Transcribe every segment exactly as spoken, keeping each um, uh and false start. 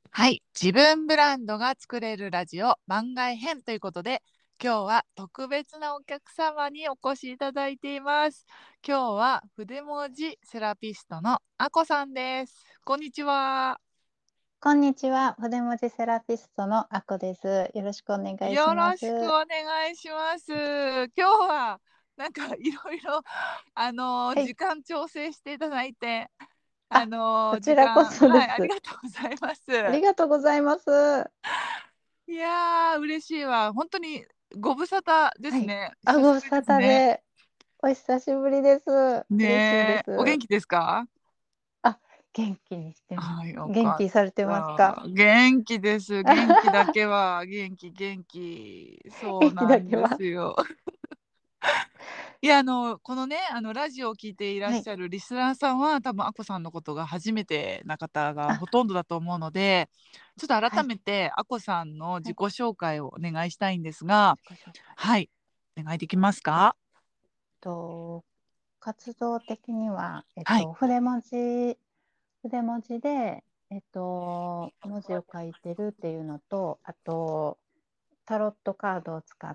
はい、自分ブランドが作れるラジオ番外編ということで、今日は特別なお客様にお越しいただいています。今日は筆文字セラピストのあこさんです。こんにちは。 こんにちは、筆文字セラピストのあこです。よろしくお願いしよろしくます。 お願いします。今日はなんかいろいろあのはい。 時間調整していただいて、ああ、この時ちらこ間はいありそです。 がとうございます。 ありがとうございます。はいやー、嬉しいわ。本当にご無沙汰ですい。 ね。 あ、 久しぶりご無沙ですね。 汰で、お久しぶりです。嬉しいでねえ、お元す。 気ですか？ あ、元気にしてます。 あ、よ元かっ気されてますか？ た。元気です。元気だけは元気元気。そう元気なんだけは。 ですよ。いや、あの、このね、あの、ラジオを聞いていらっはい。 しゃるリスナーさんは、多分アッコさんのことが初めてな方があ、 ほとんどだと思うので、ちょっと改はい。 めてアッコさんのはい。 自己紹介をお願いしたいんですが、 自己紹介。 はい、お願いできますえっか？ と、活動的には、えっはい。 と、筆文字筆文字で、えっと、文字を書いてるっていうのと、あと、タロットカードを使って、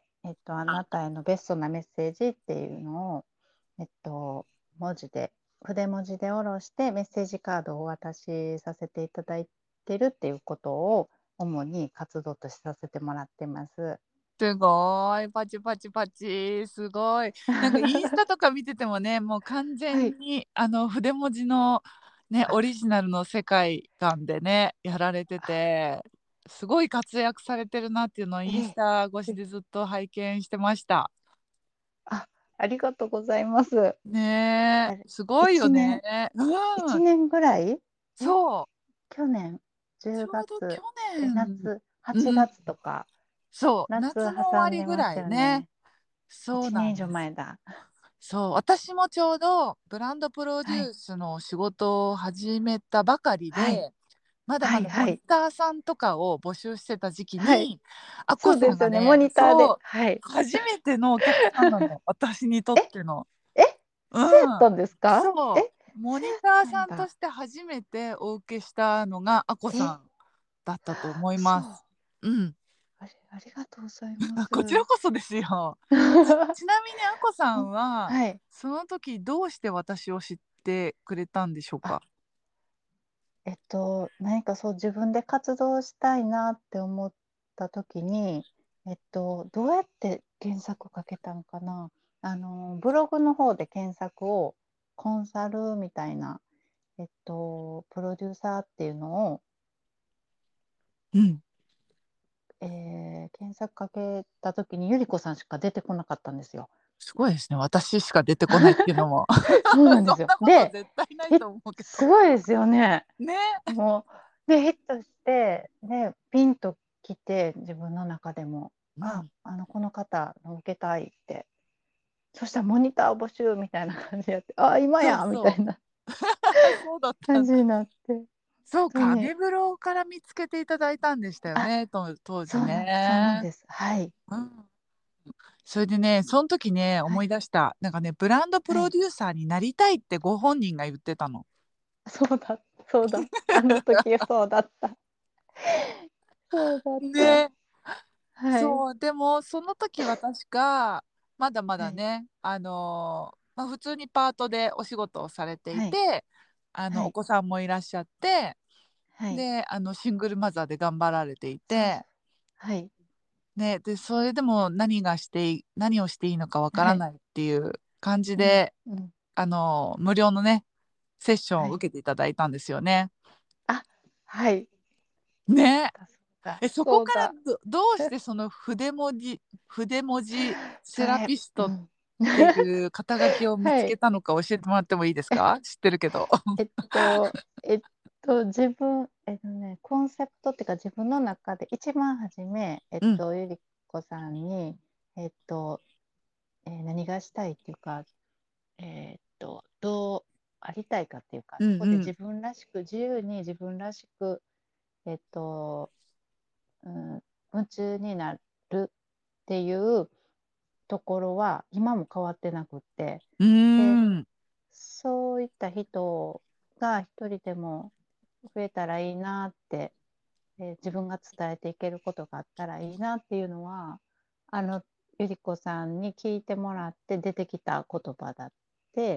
えっと、あなたへのベストなメッセージっていうのを、えっと、文字で、筆文字で下ろしてメッセージカードをお渡しさせていただいてるっていうことを主に活動としてさせてもらってます。 すごい、パチパチパチ、すごい。なんかインスタとか見ててもね、もう完はい。 全にあの筆文字のね、オリジナルの世界観でね、やられてて、すごい活躍されてるなっていうのをインスええ。 タ越しえでずっと拝見してました。 あ、ありがとうございます。 ねえ、 あれ、 すごいよ 1年ね。うん、 いちねんぐらい？え、 そう、 去年10 ちょうど去月、え、 年、 夏、8 うん、 月とか、 そう、 夏夏の終挟んでましわりぐらいね。 たよね。 そう 1年以なんです。 上前だ。 そう、私もちょうどブランドプロデはい。 ュースの仕事を始めたばかりはい。 で、まだまだモニはいはい。 ターさんとかを募集してた時期はい。 に、アッコそうですよね、モさんがね、 ニターで。 そう、 はい。 初めてのお客さんなの、私にとっえ、 ての。 え、 うん。 そうやったんですか？え、 そう、モニそうやっターたんだ。 さんとして初めてお受けしたのがアッコさえ、 んだったと思いそう。 ます。うん。 ありありがとうございまあ、 す。 こちらこそですよ。ちちなみにアッコさうん、 んは、 はい。 その時どうして私を知ってくれたんでしょうあ、 か？ えっと、何かそう自分で活動したいなって思った時に、えっと、どうやって検索かけたんかな。あの、ブログの方で検索をコンサルみたいな、えっと、プロデューサーっていうのを、 うん。 えー検索かけた時にゆりこさんしか出てこなかったんですよ。 すごいですね。私しか出てこないっていうのも。 そうなんですよ。 そんなことで、 絶対ないひと思うけど。 すごいですよね。 ね。 もう、で、ヒットして、で、ピンと来て、自分の中でも、あ、 うん。 あの、この方の受けたいって。そしたらモニター募集みたいな感じでやって、あ、今やみたそうそいなう。そうだったんだ。 感じになって、 そうか、ア本当に、 メブロから見つけていただいたんでしたよあ、 ね、と当時そうなんそうなんね。 です。はい。 うん。それでね、そん時ね、思いはい。 出した。なんかね、ブランドプはい。 ロデューサーになりたいってご本人が言ってたの。 そうだそうだ。あの時そうだった。そうだった。 ね。 はい。 そう、でもその時は確か、まだまはい。 だね、あの、ま、普通にパートでお仕事をされていはい。 て、あの、おはい。 子さんもいらっしゃって、 はい。 で、あの、シングルマザーで頑張られていそうそう。 て、 はい。 ね、で、それでも何がしていい何をしていいのかわかはい。 らないっていう感じうん。 で、 うん。 あの、無料のね、セッションはい。 を受けていただいたんですよね。 あ、はい。 ね。 そうだえ、そこからそうだ。 どどうしてその筆文字筆文字セラそれ、 ピストっうん。 ていう肩書きを見つけはい。 たのか教えてもらってもいいですか？知ってるけど。 えっと、えっと、自分、えっとね、コンセプトっていうか、自分の中で一番初め、えっうん、 と、ゆりこさんに、えっと、えー何がしたいっていうか、えっと、どうありたいかっていうか、 うんうん。 そこで自分らしく、自由に自分らしく、えっと、うん、夢中になるっていうところは今も変わってなくって、 うーで、 ん。 そういった人が一人でも、 増えたらいいなって、で自分が伝えていけることがあったらいいなっていうのは、あのゆり子さんに聞いてもらって出てきた言葉だって、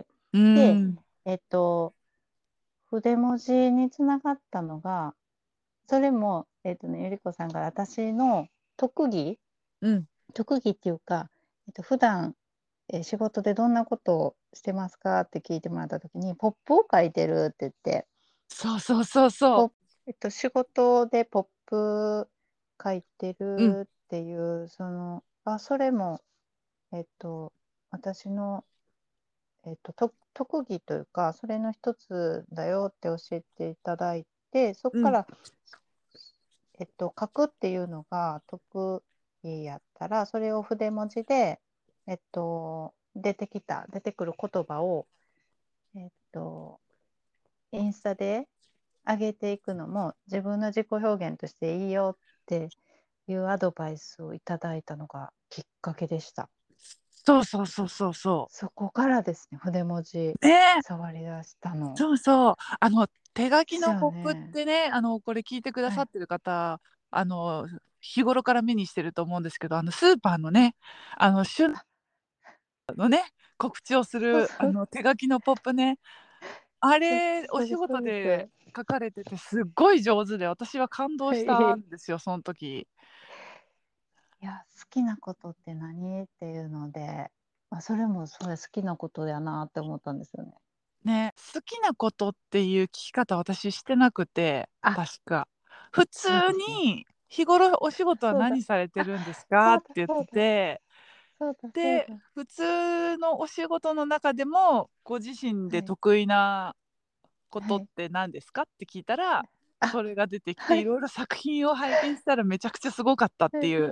うで、 んえっと、筆文字につながったのが、それも、えっとね、ゆり子さんが私の特技、 うん特技っていうか、えっと、普段、えー仕事でどんなことをしてますかって聞いてもらった時に、ポップを書いてるって言って、 そうそうそうそポッえっと、仕事でポップ書いてう。うんるっていう、その、あ、それも、えっと、私の、えっと、と特技というか、それの一つだよって教えていただいて、そこうんから、えっと、書くっていうのが得意やったら、それを筆文字で、えっと、出てきた、出てくる言葉を、えっと、インスタで上げていくのも自分の自己表現としていいよっていうアドバイスをいただいたのがきっかけでした。 そうそうそうそうそそこからですね、筆文字う。ね、 触り出したの。 そうそう。あの手書きですよのポップっね。 てね、あのこれ聞いてくだはい。 さってる方、あの日頃から目にしてると思うんですけど、あのスーパーのね、あの旬あ、 のね、告知をするあそうそう。 の手書きのポップね、あそうれお仕そうです、そう事でです。 書かれててすっごい上手で、私は感動したはい。 んですよ、その時。 いや、好きなことって何っていうので、まあ、それもそれ好きなことやなって思ったんですよね。 ね、好きなことっていう聞き方私してなくて、 あ、 確か。普通そうですね。 に日頃お仕事はそうだ。 何されてあ、 るんですかそうだ、 って言ってそうだ。 て、 そうだ、そうで、 だ。 普通のお仕事の中でもご自身はい。 で得意なことっはい。 て何ですかって聞いたら、 あ、 それが出てきて、 はい。 いろいろ作品を拝見したらめちゃくちゃすごかったっはい。 ていう。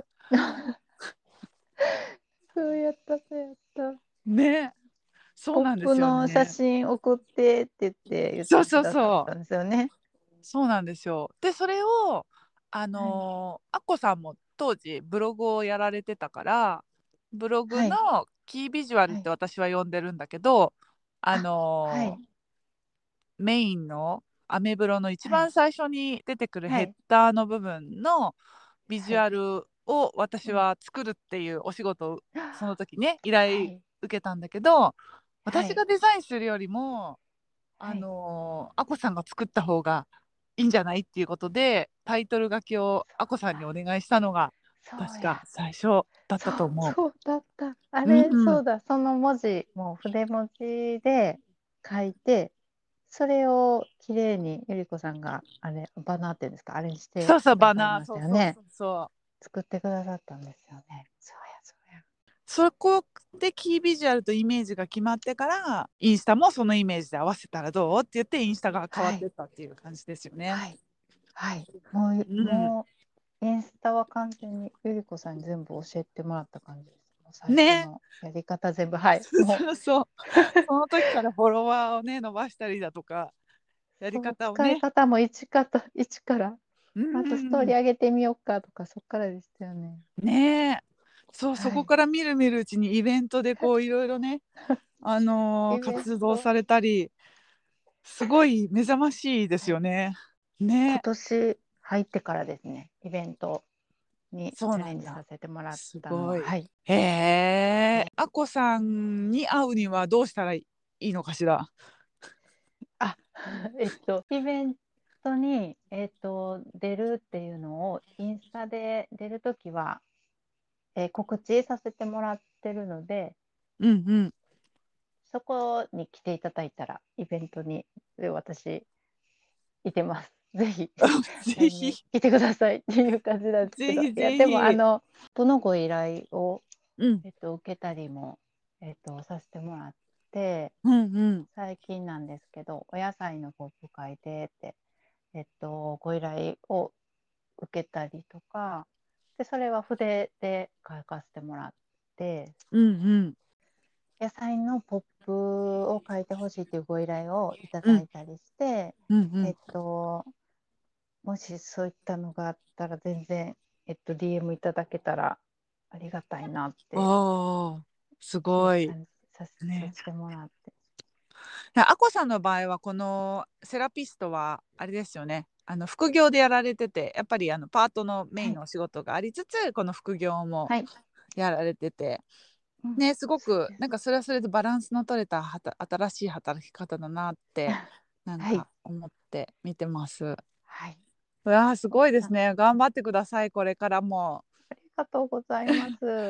そうやった、そうやった。 ね、そうポッなんですよプの写ね。 真送ってって言って言っそうてくそうそう。 ださったんですよね。 そうなんですよ。で、それを、あはい。 のーアッコさんも当時ブログをやられてたから、ブログはい。 のキービジュアルっはい。 て私は呼んでるんだけど、ああ、はい。 のーメインのアメブロの一はい。 番最初に出てくるヘッはい。 ダーの部分のビジはい。 ュアルを私うん。 は作るっていうお仕事をその時ね依頼はい。 受けたんだけど、 はい。 私がデザインするよりもあはい。 のー、アコさんが作った方がいいんじゃないっていうことでタイトル書きをアコさんにおあ、 願いしたのが確かそうや。 最初だったそう、 と思そうだった。あう。うれ、 んうん、 そうだ。その文字、もう筆文字で書いて、それをきれいにゆり子さんが、あれ、バナーっていうんですか、あれにしてそうそうくださいバナー、 ましたよね。 そうそうそうそう。 作ってくださったんですよね。そうや、そうや。 そこでキービジュアルとイメージが決まってからインスタもそのイメージで合わせたらどうって言ってインスタが変わはい。 ってったっていう感じですよね。 はい。はい。もう、 うん、 もう、インスタは完全にゆり子さんに全部教えてもらった感じです。もう最初ね、 のやり方全部、はい。 そうもう、 そうそう。その時からフォロワーをね伸ばしたりだとかやりそう、使い方をね、 方も一から、一から、 うんうあとストーんうん、 リー上げてみようかとか、そっからでしたよね。 ねえ、そう、そはい。 こからみるみるうちにイベントでこういろいろね、あのーイベント、 活動されたり、すごい目覚ましいですはい。 よね。 今ね、 年入ってからですね、イベントにそうチャレンなんだ。 ジさせてもらっすたのは、 ごい。 はい。 へえ、 で、 あこさんに会うにはどうしたらいいのかしら。 あ、えっと、イベントに、えっと、出るっていうのを、インスタで出るときは、えー告知させてもらってるので、 うんうん。 そこに来ていただいたら、イベントに、で私、いてます。ぜひ、 ぜひ、 会いに来てくださいっていう感じなんですけど、 ぜひいや、でも、あぜひ。 の、どのご依頼を、 うん、 えっと、受けたりも、えっと、させてもらって、 うんうん、 最近なんですけど、お野菜のポップ会でって、えっと、ご依頼を受けたりとか、で、それは筆で書かせてもらって、 うんうん、 野菜のポップを書いてほしいというご依頼をいたうん、 だいたりして、 うんうん。 えっと、もしそういったのがあったら全然、えっと、ディーエム いただけたらありがたいなっておー、すいうごい。 感じささね。 せてもらって。 あこさんの場合はこのセラピストはあれですよね。あの副業でやられてて、やっぱりあのパートのメイはい。 ンのお仕事がありつつ、この副業もはい。 やられてて、 うん。 ね、すごそうです。 くなんかそれはそれでバランスの取れたはた新しい働き方だなってなんはい。 か思って見てます。 はい。 うわーすごいでなすね。頑張ってください、これからも。 ありがとうございます。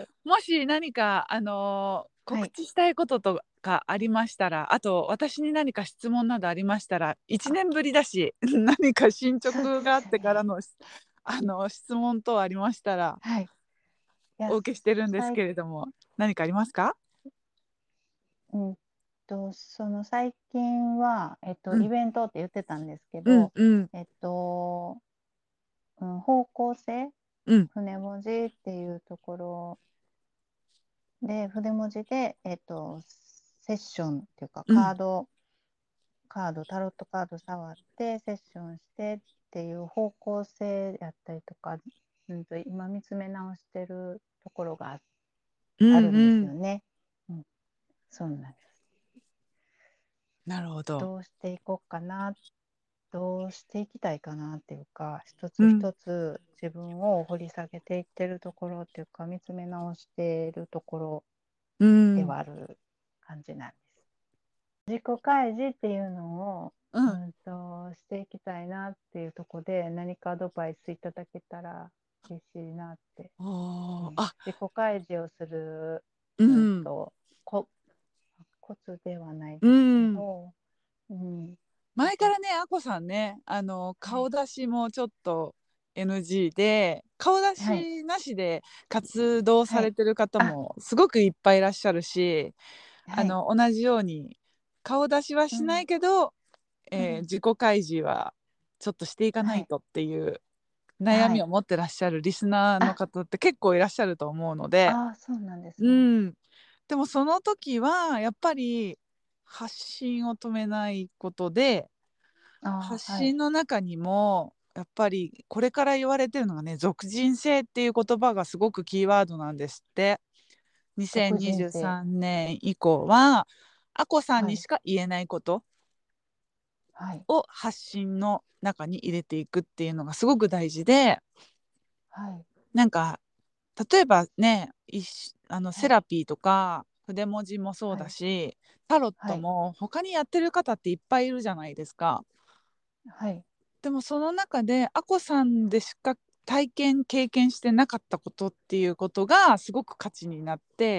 もし何か、あのーはい。 告知したいこととかありましたら、あと私に何か質問などありましたら、1 あ、 年ぶりだし何か進そうで捗があってからすね。 のあの質問等ありましたらはい。いや、 お受けしてるんです最けれども、何かありますか？ うんと、その最近は、えっと、 うんイベントって言ってたんですけうんど、 うんえっと、うん、方向性、 うん船文字っていうところで、筆文字で、えっと、セッションっていうか、 うんカード、カード、タロットカード触って、セッションしてっていう方向性やったりとか、うんと、今見つめ直してるところがあうあるんでんうん。 すよね。うん、そうなんです。 なるほど。 どうしていこうかな、どうしていきたいかなっていうか、一つうん一つ自分を掘り下げていってるところっていうか、見つめ直しているところうんではある感じなんです。自己開示っていうのを、 うん。 うんと、していきたいなっていうところで、何かアドバイスいただけたら嬉しいなって。うん、 おーあ、 自己開示をする、うんうんと、こコツではないうですけん。 ど、うん、なんか、 前からね、あこさんね、あのはい、 顔出しもちょっと エヌジー で、顔出はい、 しなしで活動さはい、 れてる方あ、 もすごくいっぱいいらっしゃるし、あはい、 の同じように顔出しはしなうん、 いけど、えーうん、 自己開示はちょっとしていかなはい、 いとっていう悩はい、 みを持ってらっしゃるリスナーのあ、 方って結構いらっしゃると思うので、 あ、そうなんですね。 うん、でもその時はやっぱり発信を止めないことで、発あ、はい、 信の中にもやっぱりこれから言われてるのがね、属人性っていう言葉がすごくキーワードなんですって。 属 2023 人性。 年以降はあこさんはい、 にしか言えないことはい、 を発信の中に入れていくっていうのがすごく大事で、 はい、 なんか例えばね、あのはい、 セラピーとか筆文字もそうだはい、 し、タロットはい、 も他にやってる方っていっぱいいるじゃないですか。 はい、 でもその中であこさんでしか体験経験してなかったことっていうことがすごく価値になって、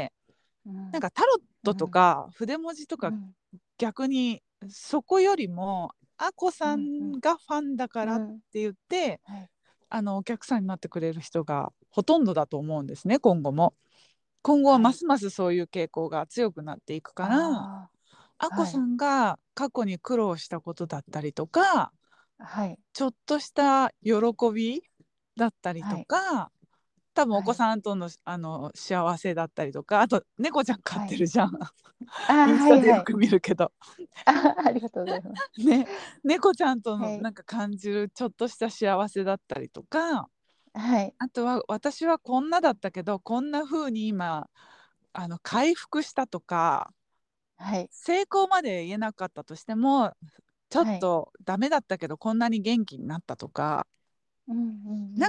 うん、 なんかタロットとうん、 か筆文字とかうん、 逆にそこよりもあこさうん、うん、 んがファンだからっうん、 て言ってはい、 あのお客さんになってくれる人がほとんどだと思うんですね。今後も今後ははい、 ますますそういう傾向が強くなっていくから、 ああ、はい、 あこさんが過去に苦労したことだったりとか、 はい、 ちょっとした喜びだったりとはい、 か、多分おはい、 子さんとの、あの幸せだったりとか、あと猫ちゃん飼っはい、 てるじゃん。 ああ、 インスはい、はい、 タでよく見るけどあ、ありがとうございます。 ね、猫ちゃんとのはい、 なんか感じるちょっとした幸せだったりとか、 はい、 あとは私はこんなだったけどこんな風に今あの回復したとか、 はい、 成功まで言えなかったとしてもちょっはい、 とダメだったけどこんなに元気になったとか、 うん、うん、うん、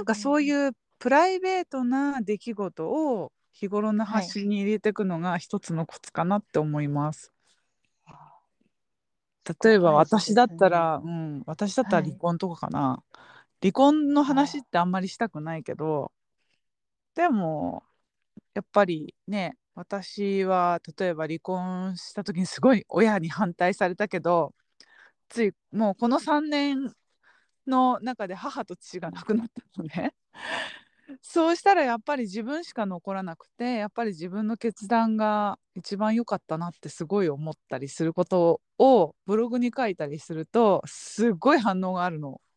なんかうん、うん、 そういうプライベートな出来事を日頃のはい、 発信に入れていくのが一つのコツかなって思います。 ああ、自己例えば開示で私だっすね。 たら、うん、私だったらはい、 離婚とかかな。離婚の話っあてあんまりしたくないけど、でもやっぱりね、私は例えば離婚した時にすごい親に反対されたけど、ついもうこのさんねんの中で母と父が亡くなったのね。そうしたらやっぱり自分しか残らなくて、やっぱり自分の決断が一番良かったなってすごい思ったりすることをブログに書いたりするとすごい反応があるの。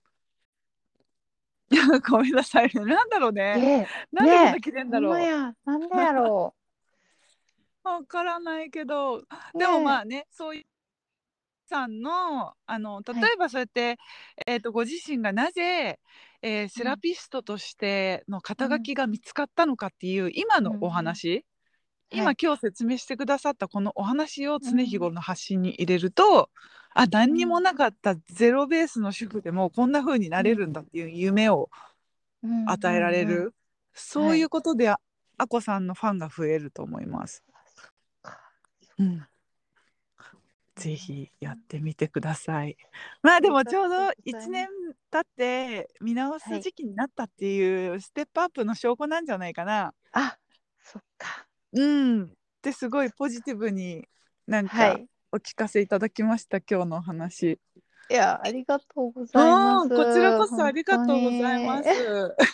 ごめんなさいね。なんだろうあ、 ね。 ええ、 なんでこんなねえ、 綺麗んほんまだろや、なんでやろう。わからないけど、 う。 でもまねえ、 あね、そういうさんの、あの例はい、 えばそうやって、えーと、ご自身がなぜ、えーセラうん、 ピストとしての肩書うん、 きが見つかったのかっていう今のおうん、 話今はい。 今日説明してくださったこのお話を常日うん。 頃の発信に入れると、あ、何にもうん。 なかったゼロベースの主婦でもこんな風になうん。 れるんだっていう夢をうん。う与えられん。うん。 る、そういうはい。 ことでああこさんのファンが増えると思います。 あ、そっか。 うん、 うぜひやっん。 てみてください。まあでありもちょうどがとうござい 1年ます。 経って見直はい。 す時期になったっていうステップアップの証拠なんじゃないかな。 あ、そっか。 うん。ですごいポジティブになんかはい。 お聞かせいただきました、今日のお話。 いや、ありがとうございまうん、こちらす。 こそあ本当りがとうございに。 ます。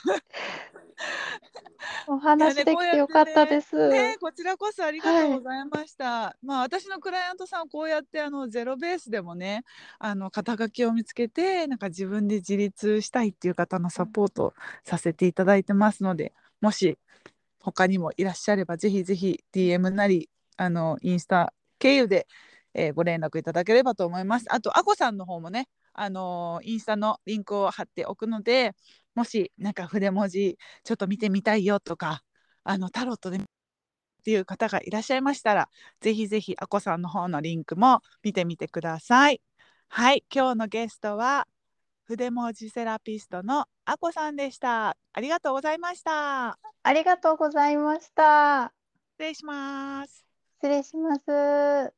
おいやね、 話でこうやっきてよかったてね、 です。 ね、こちらこそありがとうはい。 ございました。まあ、私のクライアントさん、こうやってあのゼロベースでもね、あの肩書きを見つけて、なんか自分で自立したいっていう方のうん。 サポートさせていただいてますので、もし他にもいらっしゃれば、ぜひぜひ ディーエム なり、あのインスタ経由で、えーご連絡いただければと思います。あと、あこさんの方もね、あのインスタのリンクを貼っておくので、もしなんか筆文字ちょっと見てみたいよとか、あのタロットでっていう方がいらっしゃいましたら、ぜひぜひあこさんの方のリンクも見てみてください。はい、今日のゲストは筆文字セラピストのあこさんでした。ありがとうございました。 ありがとうございました。 失礼します。 失礼します。